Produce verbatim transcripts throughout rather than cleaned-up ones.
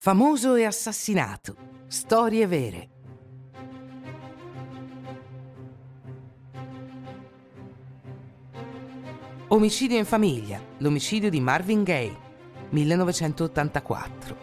Famoso e assassinato. Storie vere. Omicidio in famiglia. L'omicidio di Marvin Gaye, millenovecentottantaquattro.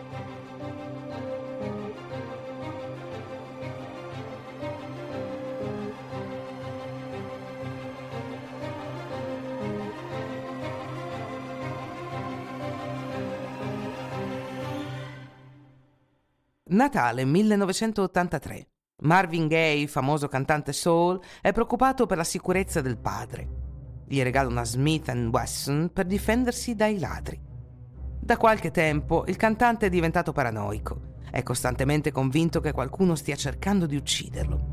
Natale millenovecentottantatré. Marvin Gaye, famoso cantante soul, è preoccupato per la sicurezza del padre. Gli regala una Smith and Wesson per difendersi dai ladri. Da qualche tempo il cantante è diventato paranoico. È costantemente convinto che qualcuno stia cercando di ucciderlo.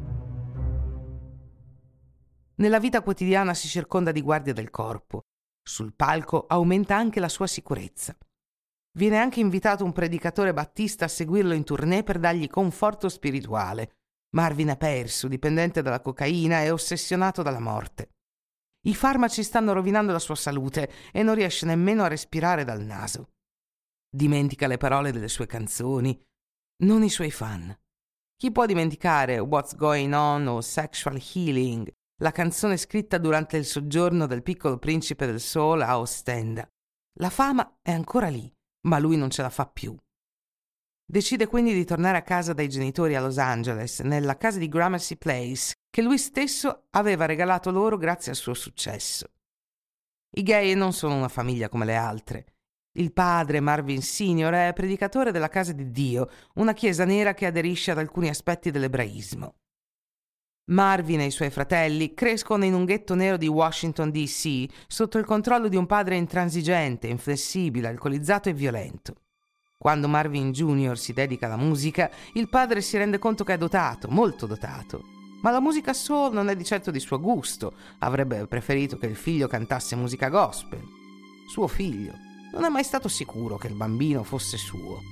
Nella vita quotidiana si circonda di guardie del corpo. Sul palco aumenta anche la sua sicurezza. Viene anche invitato un predicatore battista a seguirlo in tournée per dargli conforto spirituale. Marvin è perso, dipendente dalla cocaina e ossessionato dalla morte. I farmaci stanno rovinando la sua salute e non riesce nemmeno a respirare dal naso. Dimentica le parole delle sue canzoni, non i suoi fan. Chi può dimenticare What's Going On o Sexual Healing, la canzone scritta durante il soggiorno del piccolo principe del soul a Ostenda? La fama è ancora lì, ma lui non ce la fa più. Decide quindi di tornare a casa dai genitori a Los Angeles, nella casa di Gramercy Place, che lui stesso aveva regalato loro grazie al suo successo. I Gaye non sono una famiglia come le altre. Il padre, Marvin Senior, è predicatore della Casa di Dio, una chiesa nera che aderisce ad alcuni aspetti dell'ebraismo. Marvin e i suoi fratelli crescono in un ghetto nero di Washington D C sotto il controllo di un padre intransigente, inflessibile, alcolizzato e violento. Quando Marvin Junior si dedica alla musica, il padre si rende conto che è dotato, molto dotato. Ma la musica soul non è di certo di suo gusto. Avrebbe preferito che il figlio cantasse musica gospel. Suo figlio. Non è mai stato sicuro che il bambino fosse suo.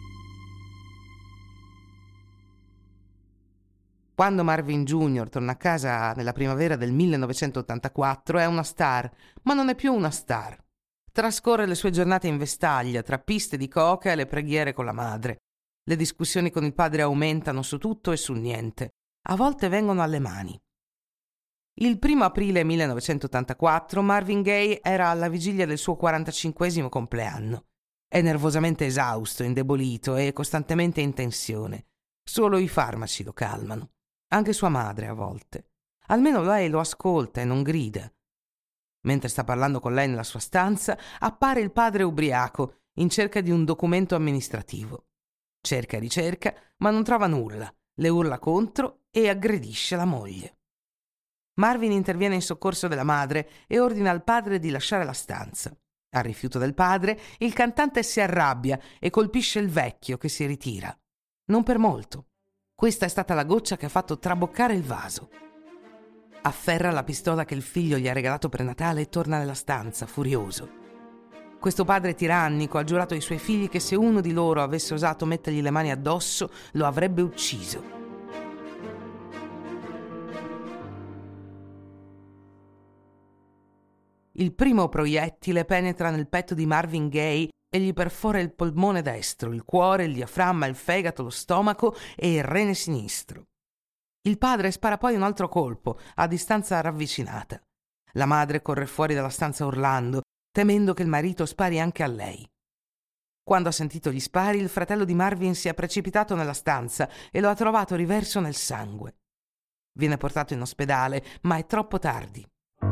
Quando Marvin Junior torna a casa nella primavera del millenovecentottantaquattro è una star, ma non è più una star. Trascorre le sue giornate in vestaglia, tra piste di coca e le preghiere con la madre. Le discussioni con il padre aumentano su tutto e su niente. A volte vengono alle mani. Il primo aprile millenovecentottantaquattro Marvin Gaye era alla vigilia del suo quarantacinquesimo compleanno. È nervosamente esausto, indebolito e costantemente in tensione. Solo i farmaci lo calmano. Anche sua madre a volte. Almeno lei lo ascolta e non grida. Mentre sta parlando con lei nella sua stanza, appare il padre ubriaco in cerca di un documento amministrativo. Cerca e ricerca, ma non trova nulla. Le urla contro e aggredisce la moglie. Marvin interviene in soccorso della madre e ordina al padre di lasciare la stanza. Al rifiuto del padre, il cantante si arrabbia e colpisce il vecchio che si ritira. Non per molto. Questa è stata la goccia che ha fatto traboccare il vaso. Afferra la pistola che il figlio gli ha regalato per Natale e torna nella stanza, furioso. Questo padre tirannico ha giurato ai suoi figli che se uno di loro avesse osato mettergli le mani addosso, lo avrebbe ucciso. Il primo proiettile penetra nel petto di Marvin Gaye e gli perfora il polmone destro, il cuore, il diaframma, il fegato, lo stomaco e il rene sinistro. Il padre spara poi un altro colpo, a distanza ravvicinata. La madre corre fuori dalla stanza urlando, temendo che il marito spari anche a lei. Quando ha sentito gli spari, il fratello di Marvin si è precipitato nella stanza e lo ha trovato riverso nel sangue. Viene portato in ospedale, ma è troppo tardi.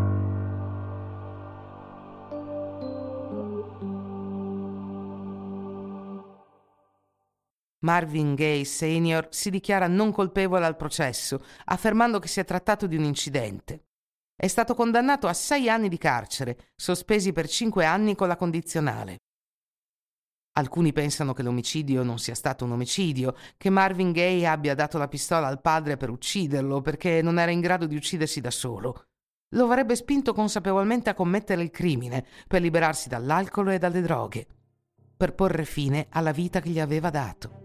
Marvin Gaye Senior si dichiara non colpevole al processo, affermando che si è trattato di un incidente. È stato condannato a sei anni di carcere, sospesi per cinque anni con la condizionale. Alcuni pensano che l'omicidio non sia stato un omicidio, che Marvin Gaye abbia dato la pistola al padre per ucciderlo perché non era in grado di uccidersi da solo. Lo avrebbe spinto consapevolmente a commettere il crimine per liberarsi dall'alcol e dalle droghe, per porre fine alla vita che gli aveva dato.